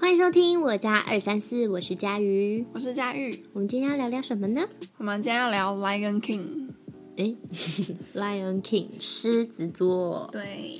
欢迎收听我家234，我是佳瑜， 我是佳玉。 我们今天要聊聊什么呢？ 我们今天要聊 Lion King。 Lion King 狮子座。 对。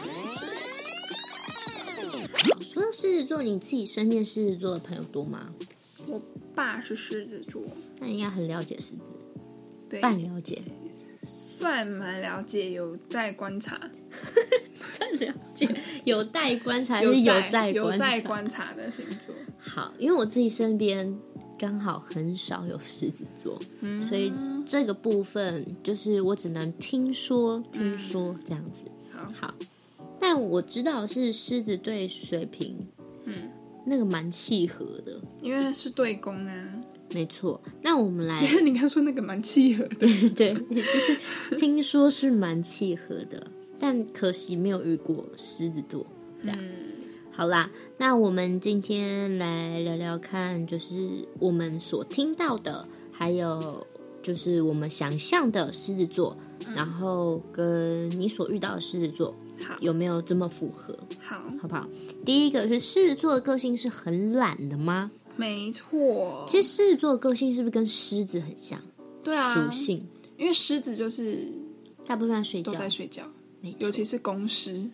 说到狮子座，你自己身边狮子座的朋友多吗？ 我爸是狮子座， 那你应该很了解狮子， 对， 半了解， 算蛮了解，有在观察。 算了解，有待观察，还是有在观察的星座？ 好，因为我自己身边刚好很少有狮子座，所以这个部分就是我只能听说这样子。好，但我知道是狮子对水瓶，那个蛮契合的， 因为是对宫啊。 没错，那我们来， 你刚说那个蛮契合的， 对，就是听说是蛮契合的，但可惜没有遇过狮子座这样。好啦，那我们今天来聊聊看，就是我们所听到的，还有就是我们想象的狮子座，然后跟你所遇到的狮子座有没有这么符合？好不好？第一个是狮子座的个性是很懒的吗？ 没错， 其实狮子座的个性是不是跟狮子很像？ 对啊， 属性， 因为狮子就是大部分都在睡觉， 尤其是公狮，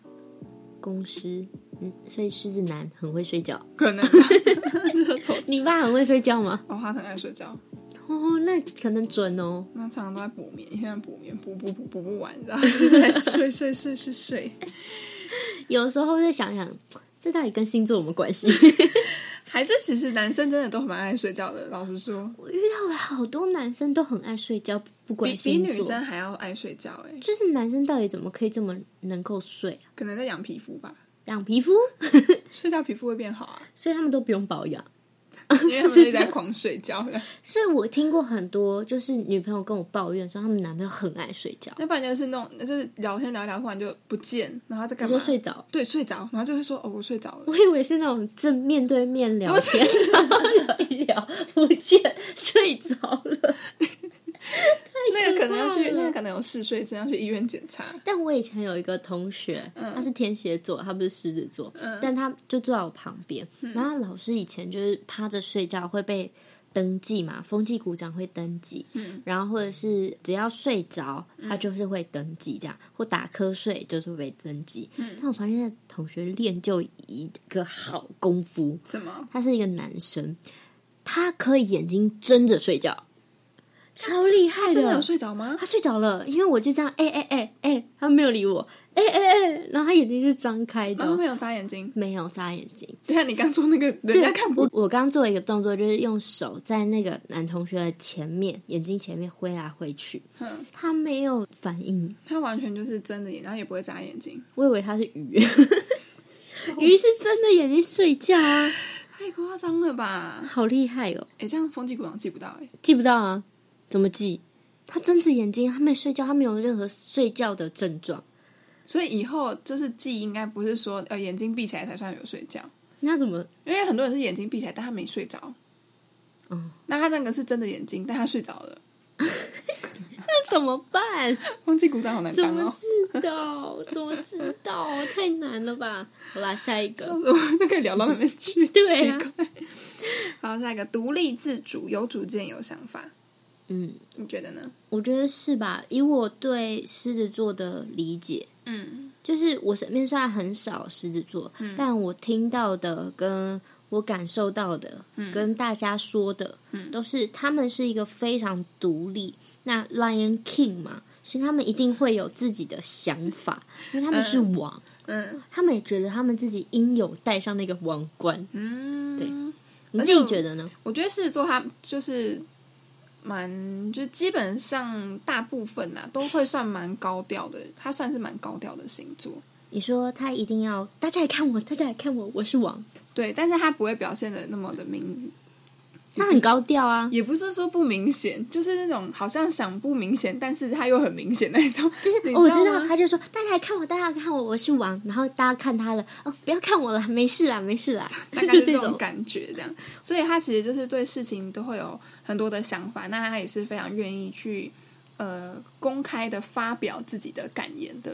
所以狮子男很会睡觉， 可能你爸很会睡觉吗？ 哦，他很爱睡觉。 哦，那可能准哦。 那常常都在补眠，现在补眠补不完，你知道吗？就是在睡。 有时候在想想，这到底跟星座有没有关系？ 还是其实男生真的都蛮爱睡觉的。老实说， 我遇到了好多男生都很爱睡觉，不管星座， 比女生还要爱睡觉。 就是男生到底怎么可以这么能够睡啊？ 可能在养皮肤吧。 养皮肤？ 睡觉皮肤会变好啊， 所以他们都不用保养。 因为他们一直在狂睡觉的。 所以我听过很多，就是女朋友跟我抱怨说，他们男朋友很爱睡觉。 要不然就是那种，就是聊天聊一聊，突然就不见，然后在干嘛？ 你说睡着？ 对，睡着，然后就会说：“哦，我睡着了。” 我以为是那种正面对面聊天，然后聊一聊不见，睡着了。 那个可能有嗜睡症，要去医院检查。 但我以前有一个同学，他是天蝎座，他不是狮子座，但他就坐在我旁边。然后老师以前就是趴着睡觉会被登记嘛，风纪股长会登记，然后或者是只要睡着，他就是会登记这样，或打瞌睡就是会被登记。那我旁边的同学练就一个好功夫， 什么？ 他是一个男生，他可以眼睛睁着睡觉。超厉害的！ 他真的有睡着吗？ 他睡着了，因为我就这样，他没有理我，然后他眼睛是张开的， 然后没有眨眼睛， 没有眨眼睛。 对啊，你刚做那个，人家看不。 我刚做一个动作，就是用手在那个男同学的前面，眼睛前面挥来挥去，他没有反应， 他完全就是睁着眼，然后也不会眨眼睛。 我以为他是鱼，鱼是睁着眼睛睡觉啊， 太夸张了吧？ 好厉害哦！ 这样风纪股长记不到记不到啊。怎么记？他睁着眼睛，他没睡觉，他没有任何睡觉的症状， 所以以后就是记应该不是说眼睛闭起来才算有睡觉。 那怎么？ 因为很多人是眼睛闭起来，但他没睡着。那他那个是睁着眼睛，但他睡着了。 那怎么办？ 风纪股长好难当哦。 怎么知道？太难了吧？好啦，下一个， 我们都可以聊到那边去。 对啊。 好，下一个，独立自主，有主见，有想法。你觉得呢？ 我觉得是吧？以我对狮子座的理解，就是我身边虽然很少狮子座，但我听到的跟我感受到的，跟大家说的，都是他们是一个非常独立。那 Lion King 嘛，所以他们一定会有自己的想法，因为他们是王，他们也觉得他们自己应有戴上那个王冠。对，你自己觉得呢？ 我觉得狮子座他就是就基本上大部分都会算蛮高调的，他算是蛮高调的星座。 你说他一定要大家来看我，我是王。 对，但是他不会表现的那么的他很高调啊， 也不是说不明显，就是那种好像想不明显，但是他又很明显那种。 就是我知道，他就说大家来看我，我是王，然后大家看他了，不要看我了，没事啦， 大概是这种感觉这样。所以他其实就是对事情都会有很多的想法，那他也是非常愿意去公开的发表自己的感言的人。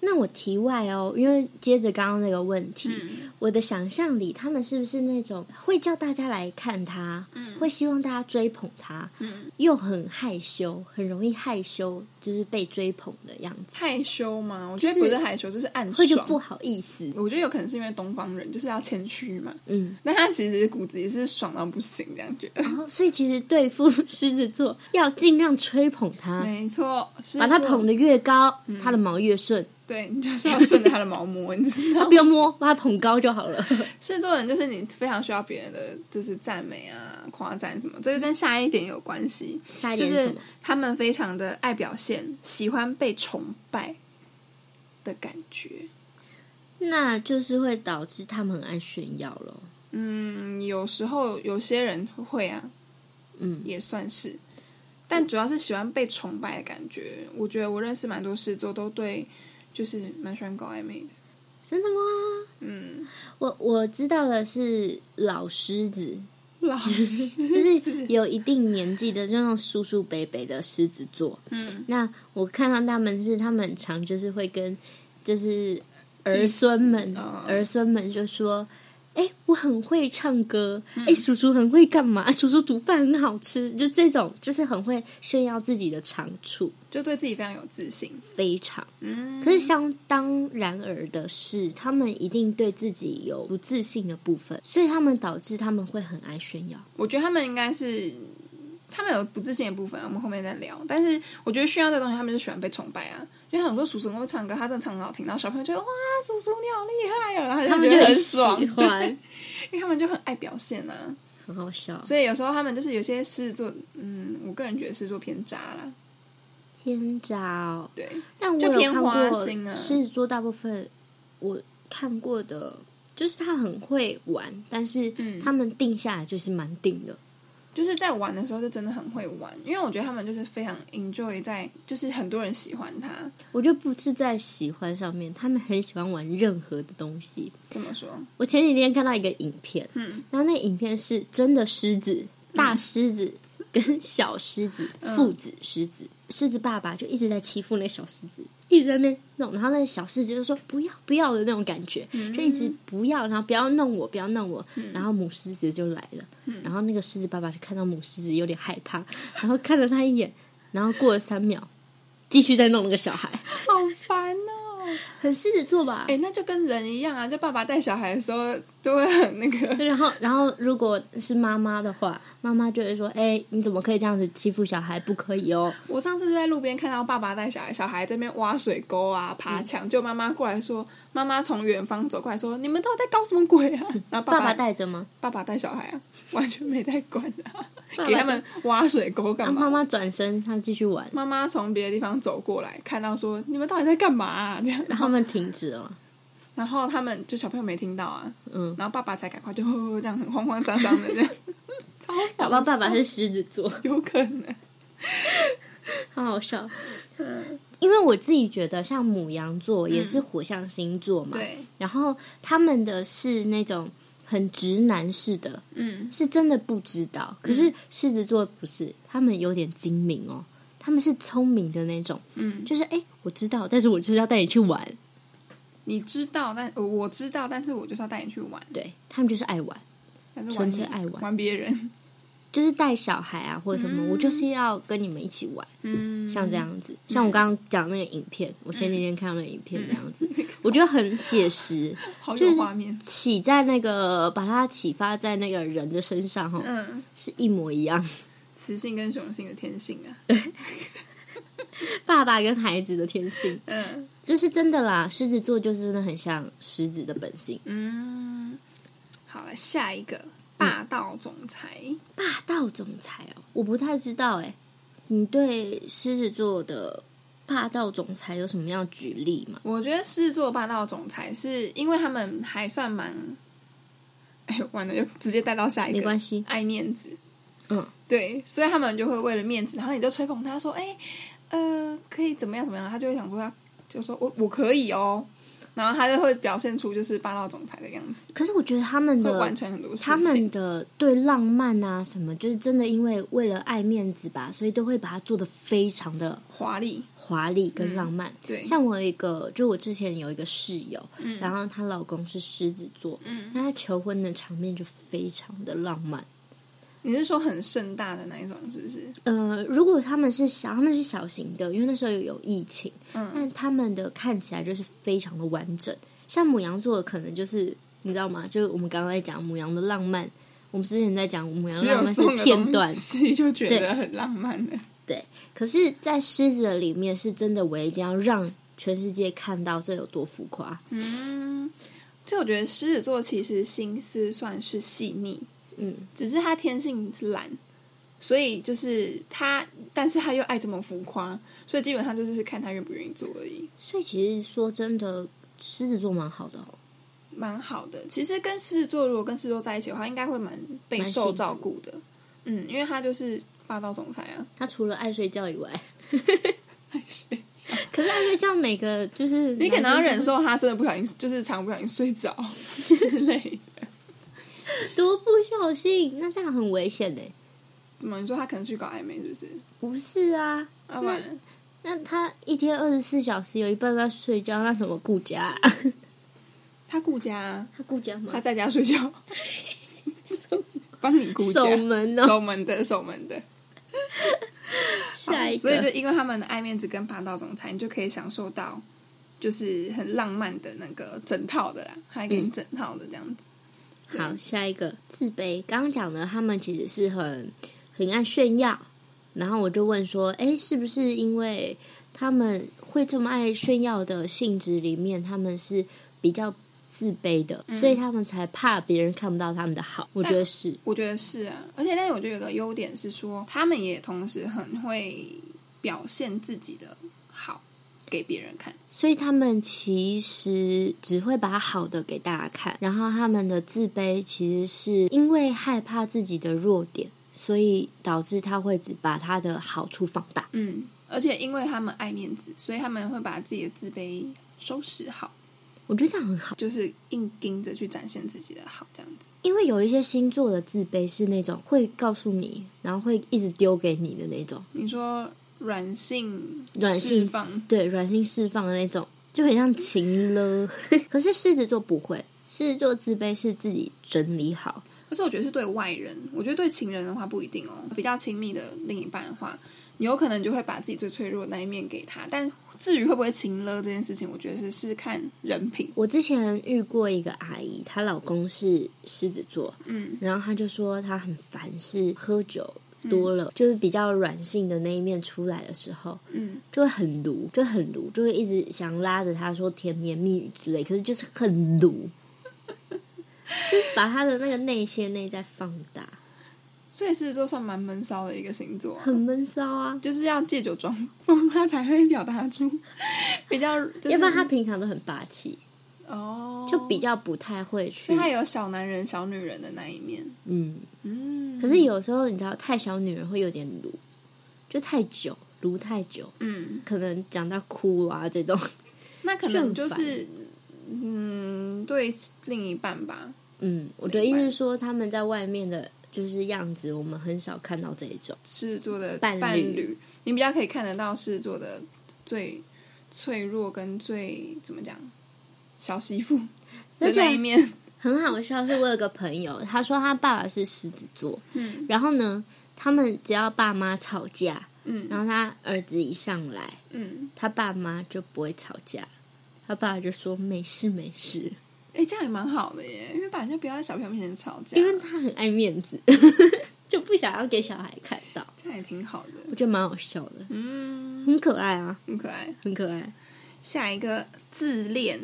那我题外哦，因为接着刚刚那个问题，我的想象里，他们是不是那种会叫大家来看他，会希望大家追捧他，又很害羞，很容易害羞，就是被追捧的样子。 害羞吗？我觉得不是害羞，就是暗爽， 会就不好意思。 我觉得有可能是因为东方人就是要谦虚嘛，但他其实骨子里是爽到不行，这样觉得。 所以其实对付狮子座，要尽量吹捧他， 没错， 把他捧得越高，他的毛越顺。 对，你就是要顺着他的毛摸，你知道吗？ 不用摸，把他捧高就好了。 狮子座人就是你非常需要别人的就是赞美啊、夸赞什么，这个跟下一点有关系。 下一点是什么？ 就是他们非常的爱表现，喜欢被崇拜的感觉。 那就是会导致他们很爱炫耀了。 有时候有些人会啊，也算是，但主要是喜欢被崇拜的感觉。我觉得我认识蛮多狮子座都对。就是蛮喜欢搞暧昧的。 真的吗？我知道的是老狮子，就是有一定年纪的，就那种叔叔伯伯的狮子座。那我看到他们很常就是会跟就是儿孙们就说。我很会唱歌，叔叔很会干嘛？叔叔煮饭很好吃，就这种，就是很会炫耀自己的长处， 就对自己非常有自信， 非常。可是相当然而的是，他们一定对自己有不自信的部分，所以他们导致他们会很爱炫耀。 我觉得他们应该是。他们有不自信的部分，我们后面再聊。但是我觉得炫耀这个东西，他们就喜欢被崇拜啊。因为他们说叔叔会唱歌，他真的唱很好听，然后小朋友就哇，叔叔你好厉害啊，然后他们就觉得很爽， 因为他们就很爱表现啊， 很好笑。 所以有时候他们就是有些狮子座，我个人觉得狮子座偏渣啦， 偏渣哦。 对， 但我就偏有看过花心啊。 狮子座大部分我看过的，就是他很会玩，但是他们定下来就是蛮定的。 就是在玩的时候就真的很会玩，因为我觉得他们就是非常 enjoy 在，就是很多人喜欢他。 我觉得不是在喜欢上面，他们很喜欢玩任何的东西。 怎么说？ 我前几天看到一个影片，然后那个影片是真的狮子，大狮子跟小狮子，父子狮子，狮子爸爸就一直在欺负那个小狮子，一直在那边弄，然后那个小狮子就说不要不要的那种感觉，就一直不要，然后不要弄我，不要弄我，然后母狮子就来了，然后那个狮子爸爸就看到母狮子有点害怕，然后看了他一眼，然后过了3秒，继续在弄那个小孩， 好烦哦， 很狮子座吧？ 那就跟人一样啊，就爸爸带小孩的时候都会很那个， 然后如果是妈妈的话，妈妈就会说：“你怎么可以这样子欺负小孩？不可以哦！” 我上次就在路边看到爸爸带小孩，小孩在那边挖水沟啊、爬墙，就妈妈过来说，妈妈从远方走过来说：“你们到底在搞什么鬼啊？”然后爸爸带着吗？ 爸爸带小孩啊，完全没带管啊，给他们挖水沟干嘛？ 妈妈转身，他继续玩。 妈妈从别的地方走过来，看到说：“你们到底在干嘛啊？”这样， 然后他们停止了。 然后他们就小朋友没听到啊，然后爸爸才赶快就这样很慌慌张张的这样，超搞不好爸爸是狮子座， 有可能， 好好笑。因为我自己觉得，像牡羊座也是火象星座嘛， 对， 然后他们的是那种很直男式的，是真的不知道。可是狮子座不是，他们有点精明哦，他们是聪明的那种，就是我知道，但是我就是要带你去玩。 你知道，我知道，但是我就是要带你去玩。 对，他们就是爱玩，纯粹爱玩， 玩别人， 就是带小孩啊或者什么，我就是要跟你们一起玩。像这样子，像我刚刚讲那个影片，我前几天看到那个影片这样子，我觉得很写实， 好有画面， 起在那个把它启发在那个人的身上哈，是一模一样， 雌性跟雄性的天性啊。 爸爸跟孩子的天性，就是真的啦。狮子座就是真的很像狮子的本性。 好了，下一个霸道总裁。 霸道总裁哦，我不太知道你对狮子座的霸道总裁有什么样的举例吗？ 我觉得狮子座霸道总裁是因为他们还算蛮，完了又直接带到下一个， 没关系， 爱面子。对，所以他们就会为了面子，然后你就吹捧他说，可以怎么样怎么样，他就会想说，就说我可以哦，然后他就会表现出就是霸道总裁的样子。 可是我觉得他们的会完成很多事情， 他们的对浪漫啊什么，就是真的因为了爱面子吧，所以都会把它做得非常的华丽， 华丽跟浪漫。 对， 像我之前有一个室友，然后她老公是狮子座，那她求婚的场面就非常的浪漫。 你是说很盛大的那一种是不是？ 如果他们是小型的，因为那时候有疫情，但他们的看起来就是非常的完整。像牡羊座的可能就是你知道吗？就是我们刚刚在讲牡羊的浪漫，我们之前在讲牡羊的浪漫是片段， 就觉得很浪漫的。 对，可是在狮子的里面是真的我一定要让全世界看到这有多浮夸。 就我觉得狮子座其实心思算是细腻，只是他天性是懒，所以就是他，但是他又爱这么浮夸，所以基本上就是看他愿不愿意做而已。 所以其实说真的，狮子座蛮好的蛮好的。其实跟狮子座如果跟狮子座在一起的话，应该会蛮备受照顾的。因为他就是霸道总裁啊。 他除了爱睡觉以外，爱睡觉。可是爱睡觉每个就是你可能要忍受他真的不小心，就是常不小心睡着之类的。 多不小心，那这样很危险耶。 怎么？你说他可能去搞暧昧是不是？ 不是啊，那他一天24小时有一半都在睡觉，那怎么顾家他顾家啊？ 他顾家吗？ 他在家睡觉，帮你顾家， 守门哦， 守门的。 下一个， 所以就因为他们的爱面子跟霸道总裁，你就可以享受到就是很浪漫的那个整套的啦，还给你整套的这样子。 好，下一个自卑。刚刚讲的，他们其实是很爱炫耀，然后我就问说，是不是因为他们会这么爱炫耀的性质里面，他们是比较自卑的，所以他们才怕别人看不到他们的好？我觉得是啊。而且，但是我觉得有个优点是说，他们也同时很会表现自己的好给别人看。 所以他们其实只会把好的给大家看，然后他们的自卑其实是因为害怕自己的弱点，所以导致他会只把他的好处放大。 而且因为他们爱面子，所以他们会把自己的自卑收拾好。 我觉得这样很好， 就是硬盯着去展现自己的好这样子。 因为有一些星座的自卑是那种会告诉你，然后会一直丢给你的那种。 你说软性释放，对，软性释放的那种，就很像情了。可是狮子座不会，狮子座自卑是自己整理好。 可是我觉得是对外人，我觉得对情人的话不一定哦。比较亲密的另一半的话，你有可能就会把自己最脆弱的那一面给他，但至于会不会情勒这件事情，我觉得是看人品。 我之前遇过一个阿姨，她老公是狮子座，然后她就说她很烦，是喝酒多了，就是比较软性的那一面出来的时候，就会很鲁，就会一直想拉着他说甜言蜜语之类，可是就是很鲁，就是把他的那个内在放大。 所以狮子座算蛮闷骚的一个星座， 很闷骚啊， 就是要借酒装疯，他才会表达出比较， 要不然他平常都很霸气哦， 就比较不太会去， 所以他有小男人小女人的那一面。 可是有时候你知道太小女人会有点鲁，就太久撸太久，可能讲到哭啊这种， 那可能就是对另一半吧。 我的意思是说他们在外面的就是样子，我们很少看到这一种狮子座的伴侣，你比较可以看得到狮子座的最脆弱跟最怎么讲小媳妇的那一面。 很好笑，是我有个朋友，他说他爸爸是狮子座，然后呢，他们只要爸妈吵架，然后他儿子一上来，他爸妈就不会吵架，他爸爸就说没事没事。 这样也蛮好的耶，因为人家不要在小朋友面前吵架， 因为他很爱面子，就不想要给小孩看到， 这样也挺好的， 我觉得蛮好笑的，很可爱啊， 很可爱， 很可爱。 下一个自恋，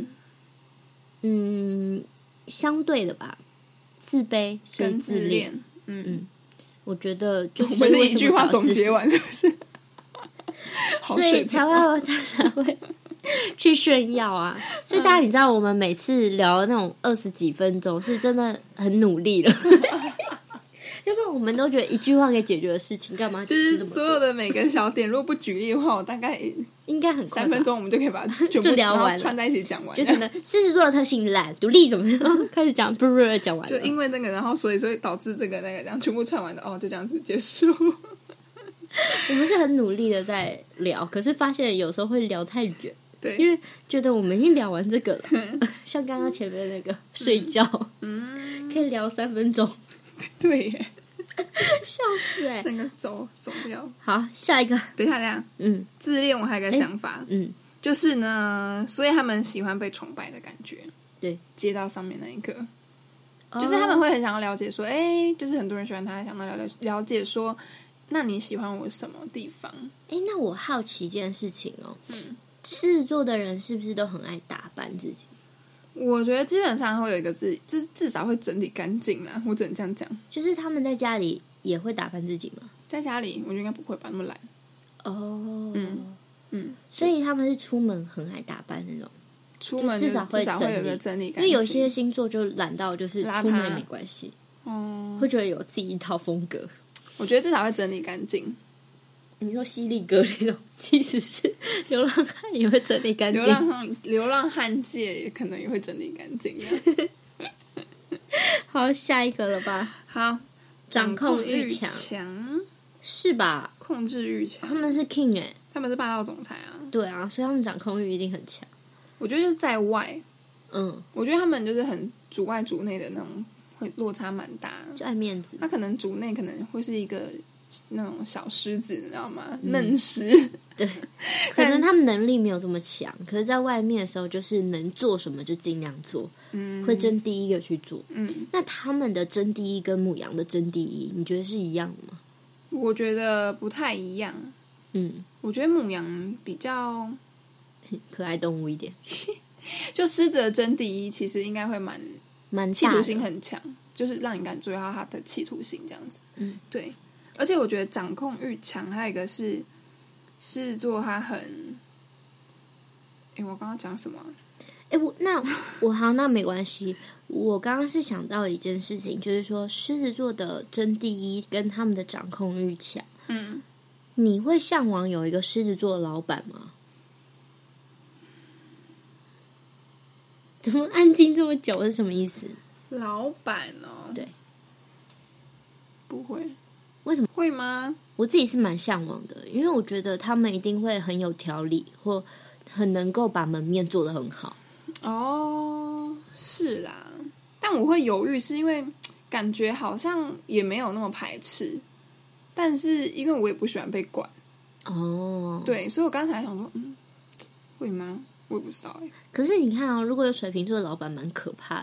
相对的吧，自卑跟自恋， 我觉得就我们这一句话总结完是不是？ 所以他才会去炫耀啊！所以大家你知道，我们每次聊那种20几分钟，是真的很努力了。要不然我们都觉得一句话可以解决的事情，干嘛？ 就是所有的每个小点，如果不举例的话，我大概应该很快 3分钟，我们就可以把它全部聊完， 串在一起讲完。 就可能狮子座的特性懒、独立，怎么样？开始讲，讲完了。 就因为那个，然后所以导致这个那个，这样全部串完的，就这样子结束。 我们是很努力的在聊，可是发现有时候会聊太远。 对， 因为觉得我们已经聊完这个了，像刚刚前面那个睡觉，可以聊3分钟。 对耶， 笑死欸， 整个走不了。 好，下一个， 等一下，自恋我还有个想法，就是呢，所以他们喜欢被崇拜的感觉。 对， 接到上面那一个，就是他们会很想要了解说，就是很多人喜欢他，想要了解说，那你喜欢我什么地方？ 那我好奇一件事情哦，狮子座的人是不是都很爱打扮自己？ 我觉得基本上会有一个至少会整理干净啦，我只能这样讲。 就是他们在家里也会打扮自己吗？ 在家里，我觉得应该不会吧，那么懒。 哦，所以他们是出门很爱打扮那种， 出门至少会有个整理干净。 因为有些星座就懒到就是出门也没关系，会觉得有自己一套风格。 我觉得至少会整理干净。 你说犀利哥那种，即使是流浪汉也会整理干净。 流浪汉界也可能也会整理干净。 好，下一个了吧？ 好， 掌控欲强，是吧？ 控制欲强， 他们是 king 他们是霸道总裁啊。 对啊，所以他们掌控欲一定很强。 我觉得就是在外，我觉得他们就是很主外主内的那种，会落差蛮大， 就爱面子。 他可能主内可能会是一个那种小狮子，你知道吗？嫩狮。 对，可能他们能力没有这么强，可是在外面的时候，就是能做什么就尽量做，会争第一个去做。那他们的争第一跟牡羊的争第一，你觉得是一样的吗？ 我觉得不太一样。我觉得牡羊比较可爱动物一点， 就狮子的争第一，其实应该会蛮企图心很强，就是让你感觉到他的企图心这样子。对。而且我觉得掌控欲强，还有一个是狮子座，他很……我刚刚讲什么？ 那没关系。我刚刚是想到一件事情，就是说狮子座的争第一跟他们的掌控欲强。你会向往有一个狮子座的老板吗？怎么安静这么久是什么意思？ 老板哦， 对， 不会。 为什么？ 会吗？ 我自己是蛮向往的，因为我觉得他们一定会很有条理，或很能够把门面做得很好。 是啦，但我会犹豫，是因为感觉好像也没有那么排斥，但是因为我也不喜欢被管。对，所以我刚才想说，会吗？我也不知道可是你看如果有水瓶座的老板，蛮可怕的。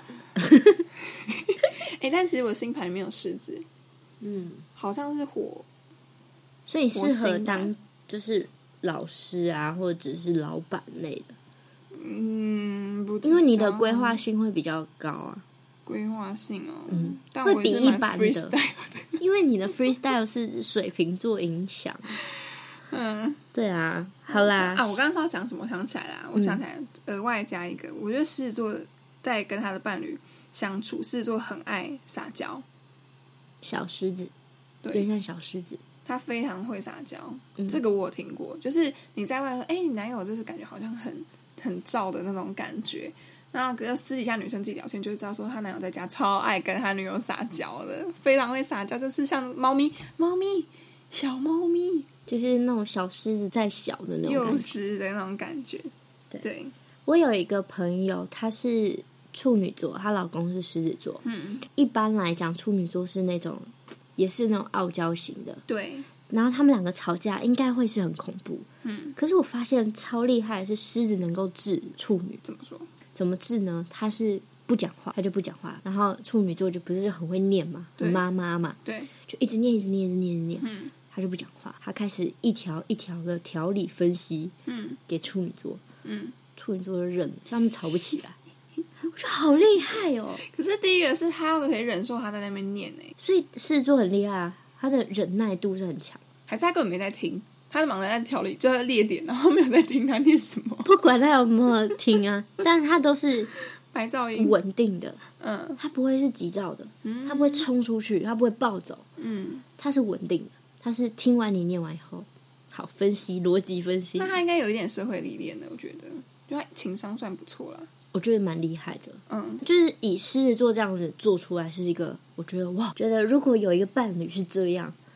但其实我星盘里面有狮子。好像是火， 所以你适合当就是老师啊，或者是老板类的。 不知道， 因为你的规划性会比较高啊。 规划性但会比一般的，因为你的 freestyle 是水瓶座影响。对啊，好啦。 我刚刚是要讲什么？我想起来啦，我想起来，额外加一个，我觉得狮子座在跟他的伴侣相处，狮子座很爱撒娇。小狮子， 有点像小狮子， 他非常会撒娇。这个我有听过，就是你在外说，你男友就是感觉好像很照的那种感觉。然后私底下女生自己聊天就会知道说，她男友在家超爱跟他女友撒娇的，非常会撒娇，就是像小猫咪， 就是那种小狮子在小的那种幼狮的那种感觉。对， 我有一个朋友，他是处女座，她老公是狮子座。一般来讲，处女座是那种也是那种傲娇型的。 对， 然后他们两个吵架应该会是很恐怖。可是我发现超厉害的是狮子能够治处女。 怎么说？ 怎么治呢？他是不讲话，他就不讲话。然后处女座就不是很会念嘛，妈妈嘛， 对， 就一直念。他就不讲话，他开始一条一条的条理分析，给处女座。处女座就忍，所以他们吵不起来。我觉得好厉害哦！ 可是第一个是他可以忍受他在那边念所以狮子座很厉害啊，他的忍耐度是很强。 还是他根本没在听，他是忙着在条理，就在列点，然后没有在听他念什么。 不管他有没有听啊，但他都是白噪音， 稳定的。他不会是急躁的，他不会冲出去，他不会暴走。他是稳定的，他是听完你念完以后，好分析逻辑分析。 那他应该有一点社会历练的，我觉得，就他情商算不错啦。 我觉得蛮厉害的。就是以狮子座这样子做出来是一个，我觉得哇，觉得如果有一个伴侣是这样，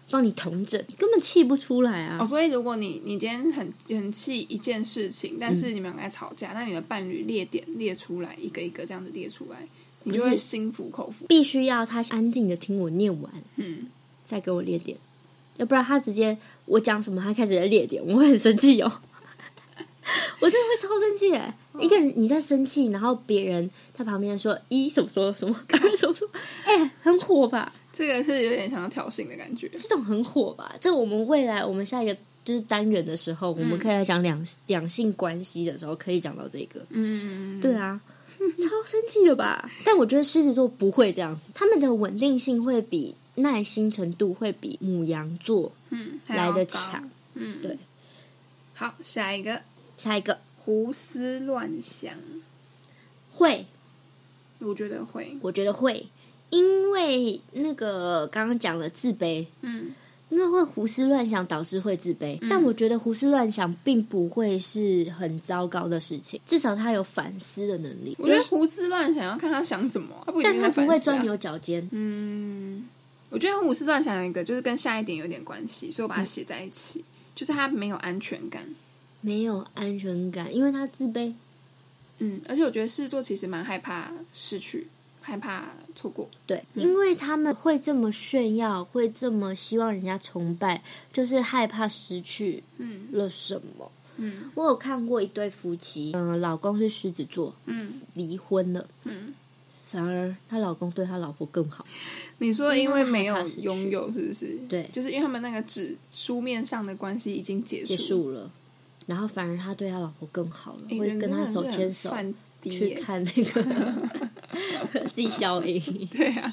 帮你统整，根本气不出来啊。 所以如果你今天很气一件事情，但是你们两个在吵架，那你的伴侣列点列出来，一个一个这样子列出来，你就会心服口服。 必须要他安静的听我念完，再给我列点，要不然他直接我讲什么，他开始在列点，我会很生气哦。我真的会超生气耶！一个人你在生气，然后别人在旁边说什么说什么，刚刚什么说，很火吧？ 这个是有点想要挑衅的感觉， 这种很火吧？这我们未来我们下一个就是单元的时候，我们可以来讲两性关系的时候，可以讲到这个。对啊，超生气了吧？但我觉得狮子座不会这样子，他们的稳定性会比耐心程度会比牡羊座来得强。对。 好，下一个胡思乱想， 会， 我觉得会，因为那个刚刚讲的自卑，因为会胡思乱想导致会自卑，但我觉得胡思乱想并不会是很糟糕的事情，至少他有反思的能力。 我觉得胡思乱想要看他想什么， 但他不会钻牛角尖。 我觉得胡思乱想有一个就是跟下一点有点关系，所以我把它写在一起。就是他没有安全感，因为他自卑。 而且我觉得狮子座其实蛮害怕失去，害怕错过。 对，因为他们会这么炫耀，会这么希望人家崇拜，就是害怕失去了什么。我有看过一对夫妻，老公是狮子座，离婚了，反而她老公对他老婆更好。 你说因为没有拥有是不是？ 对， 就是因为他们那个书面上的关系已经结束了， 然后反而他对他老婆更好了，会跟他手牵手去看那个自己消音。 对啊，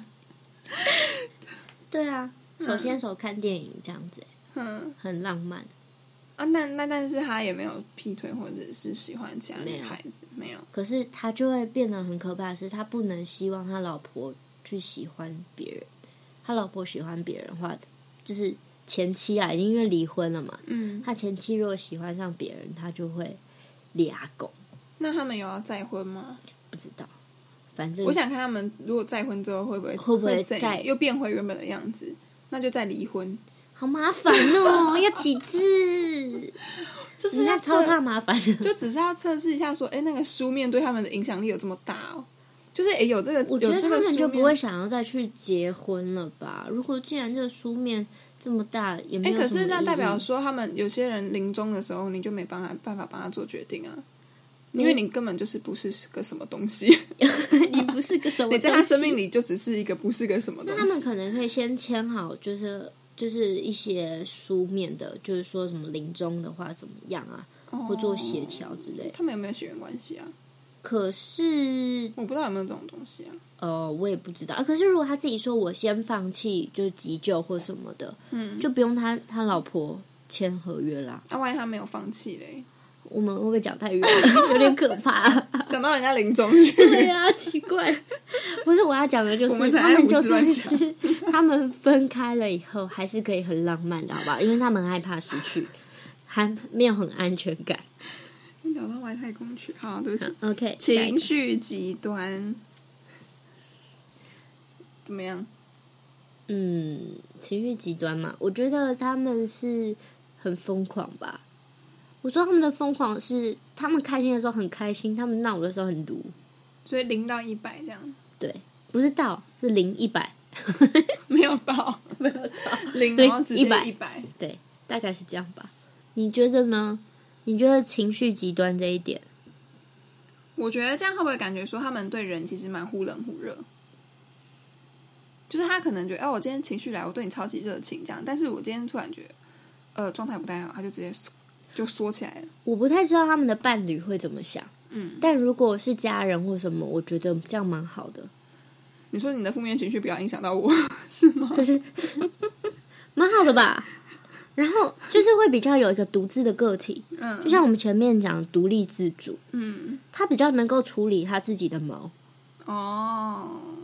对啊，手牵手看电影这样子，很浪漫啊。但是他也没有劈腿或者是喜欢其他女孩子，没有。 可是他就会变得很可怕的是，他不能希望他老婆去喜欢别人，他老婆喜欢别人的话，就是前妻啊，已经因为离婚了嘛，他前妻如果喜欢上别人，他就会俩狗。 那他们有要再婚吗？ 不知道，反正我想看他们如果再婚之后会不会再又变回原本的样子，那就再离婚。 好麻烦哦，要几次？ 就是他超怕麻烦的， 就只是要测试一下说，那个书面对他们的影响力有这么大哦。就是有这个， 我觉得他们就不会想要再去结婚了吧？如果既然这个书面这么大，也没有什么意义。 可是那代表说，他们有些人临终的时候，你就没办法帮他做决定啊，因为你根本就是不是个什么东西， 你不是个什么东西， 你在他生命里就只是一个不是个什么东西。 那他们可能可以先签好，就是一些书面的，就是说什么临终的话怎么样啊，或做协调之类的。 他们有没有血缘关系啊？ 可是我不知道有没有这种东西啊。 我也不知道啊。可是如果他自己说我先放弃，就是急救或什么的，就不用他老婆签合约啦。 万一他没有放弃嘞？ 我们会不会讲太远了？有点可怕。 讲到人家临终去。 对啊，奇怪。不是我要讲的就是他们就算是他们分开了以后，还是可以很浪漫的，好不好？因为他们害怕失去，还没有很安全感。 聊到外太空去，好，对不起。 OK， 情绪极端怎么样？ 情绪极端嘛，我觉得他们是很疯狂吧。我说他们的疯狂是，他们开心的时候很开心，他们闹的时候很毒， 所以0到100这样。 对，不是到，是0 100， 没有到0，然后直接100， 对，大概是这样吧。你觉得呢？你觉得情绪极端这一点？ 我觉得这样会不会感觉说他们对人其实蛮忽冷忽热？就是他可能觉得，我今天情绪来，我对你超级热情这样，但是我今天突然觉得，状态不太好，他就直接就缩起来了。 我不太知道他们的伴侣会怎么想，但如果是家人或什么，我觉得这样蛮好的。 你说你的负面情绪不要影响到我，是吗？ 可是蛮好的吧？然后就是会比较有一个独自的个体，就像我们前面讲独立自主，他比较能够处理他自己的毛。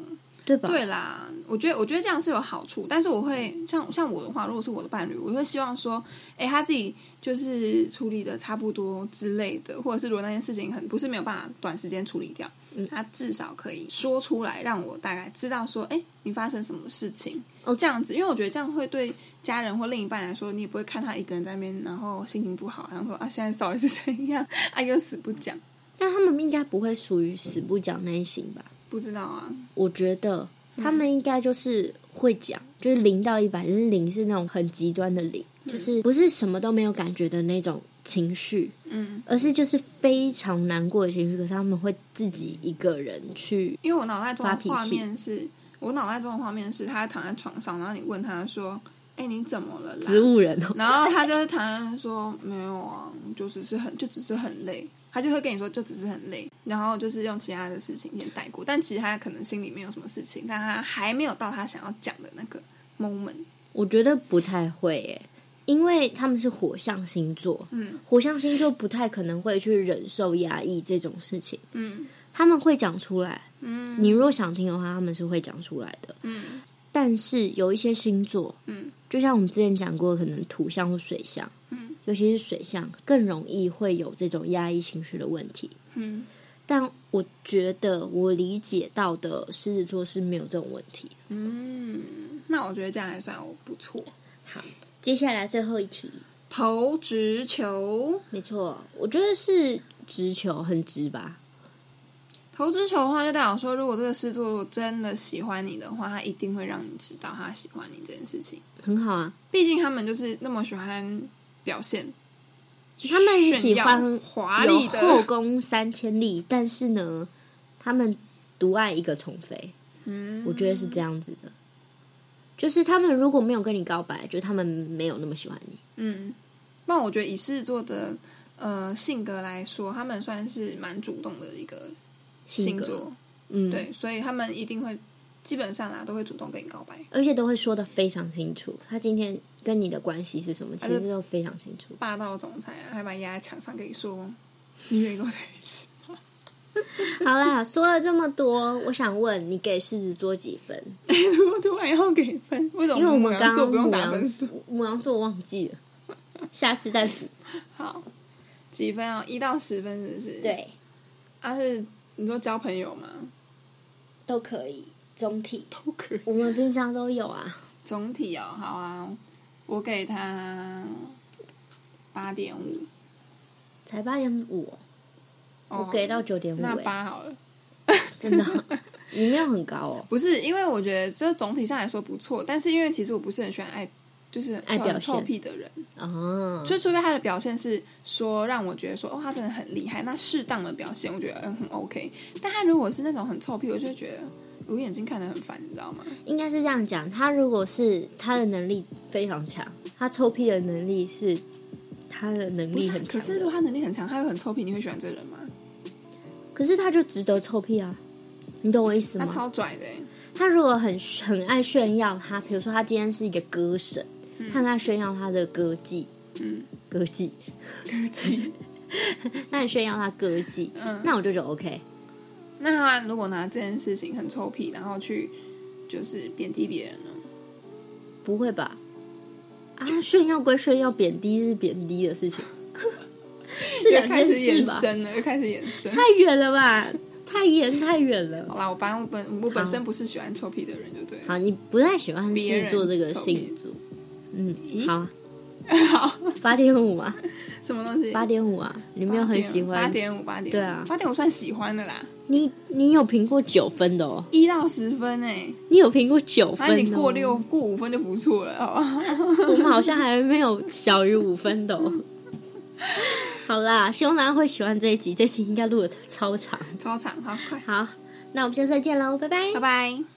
对吧？ 对啦，我觉得这样是有好处，但是我会像我的话，如果是我的伴侣，我会希望说，他自己就是处理的差不多之类的，或者是如果那件事情不是没有办法短时间处理掉，他至少可以说出来，让我大概知道说，你发生什么事情这样子，因为我觉得这样会对家人或另一半来说，你也不会看他一个人在那边，然后心情不好，然后说现在到底是怎样，又死不讲。 但他们应该不会属于死不讲那一型吧？ 不知道啊， 我觉得他们应该就是会讲，就是0到100，就是0是那种很极端的0，就是不是什么都没有感觉的那种情绪，而是就是非常难过的情绪，可是他们会自己一个人去， 因为我脑袋中的画面是他躺在床上，然后你问他说你怎么了啦？ 植物人然后他就是坦然说没有啊，就只是很累，他就会跟你说就只是很累，然后就是用其他的事情先带过，但其实他可能心里没有什么事情，但他还没有到他想要讲的那个 moment。 我觉得不太会耶，因为他们是火象星座，火象星座不太可能会去忍受压抑这种事情，他们会讲出来，你如果想听的话他们是会讲出来的，但是有一些星座，就像我们之前讲过，可能土象或水象，尤其是水象更容易会有这种压抑情绪的问题，但我觉得我理解到的狮子座是没有这种问题， 那我觉得这样还算不错。 好，接下来最后一题， 投直球。 没错，我觉得是直球，很直吧。 投直球的话，就代表说，如果这个狮子座如果真的喜欢你的话，他一定会让你知道他喜欢你这件事情。 很好啊， 毕竟他们就是那么喜欢表现， 他们喜欢华丽的有后宫3000里，但是呢，他们独爱一个宠妃。我觉得是这样子的，就是他们如果没有跟你告白，就是他们没有那么喜欢你。 那我觉得以狮子座的性格来说，他们算是蛮主动的一个星座，对，所以他们一定会基本上都会主动跟你告白， 而且都会说得非常清楚，他今天跟你的关系是什么，其实都非常清楚。 霸道总裁还把你压在墙上跟你说，你愿意跟我在一起？ 好啦，说了这么多，我想问你给狮子座几分？ 如果突然要给分，为什么？ 因为我们刚刚不用打分数， 牡羊座忘记了，下次再补。 好，几分啊？1到10分是不是？ 对， 是你说交朋友吗？ 都可以，总体都可以。 我们平常都有啊。 总体好啊，我给他8.5， 才8.5。我给到9.5， 那8好了。 真的，你没有很高哦。 不是，因为我觉得这总体上来说不错，但是因为其实我不是很喜欢就是爱表现臭屁的人就除非他的表现是说让我觉得说他真的很厉害，那适当的表现我觉得很 OK。但他如果是那种很臭屁，我就会觉得我眼睛看得很烦，你知道吗？应该是这样讲，他如果是他的能力非常强，他臭屁的能力是他的能力很强， 可是如果他能力很强，他又很臭屁，你会喜欢这个人吗？ 可是他就值得臭屁啊，你懂我意思吗？ 他超拽的他如果很爱炫耀他，比如说他今天是一个歌神，他很爱炫耀他的歌技，歌技他很炫耀他歌技，那我就觉得 OK。 那他如果拿这件事情很臭屁，然后去就是贬低别人呢？ 不会吧？炫耀归炫耀，贬低是贬低的事情。是又开始延伸了，又开始延伸， 太远了吧？太远了。 好啦，我本身不是喜欢臭屁的人，就对了。 好，你不太喜欢狮子座这个星座。好，8.5啊。 什么东西 ？8.5啊，你没有很喜欢 8.5， 对啊 ，8.5算喜欢的啦。 你有评过9分的哦 ，1到10分你有评过9分你过5分就不错了，好吧？ 我们好像还没有小于5分的哦。好啦，希望大家会喜欢这一集应该录的超长， 好快。 好，那我们下次再见喽，拜拜， 拜拜。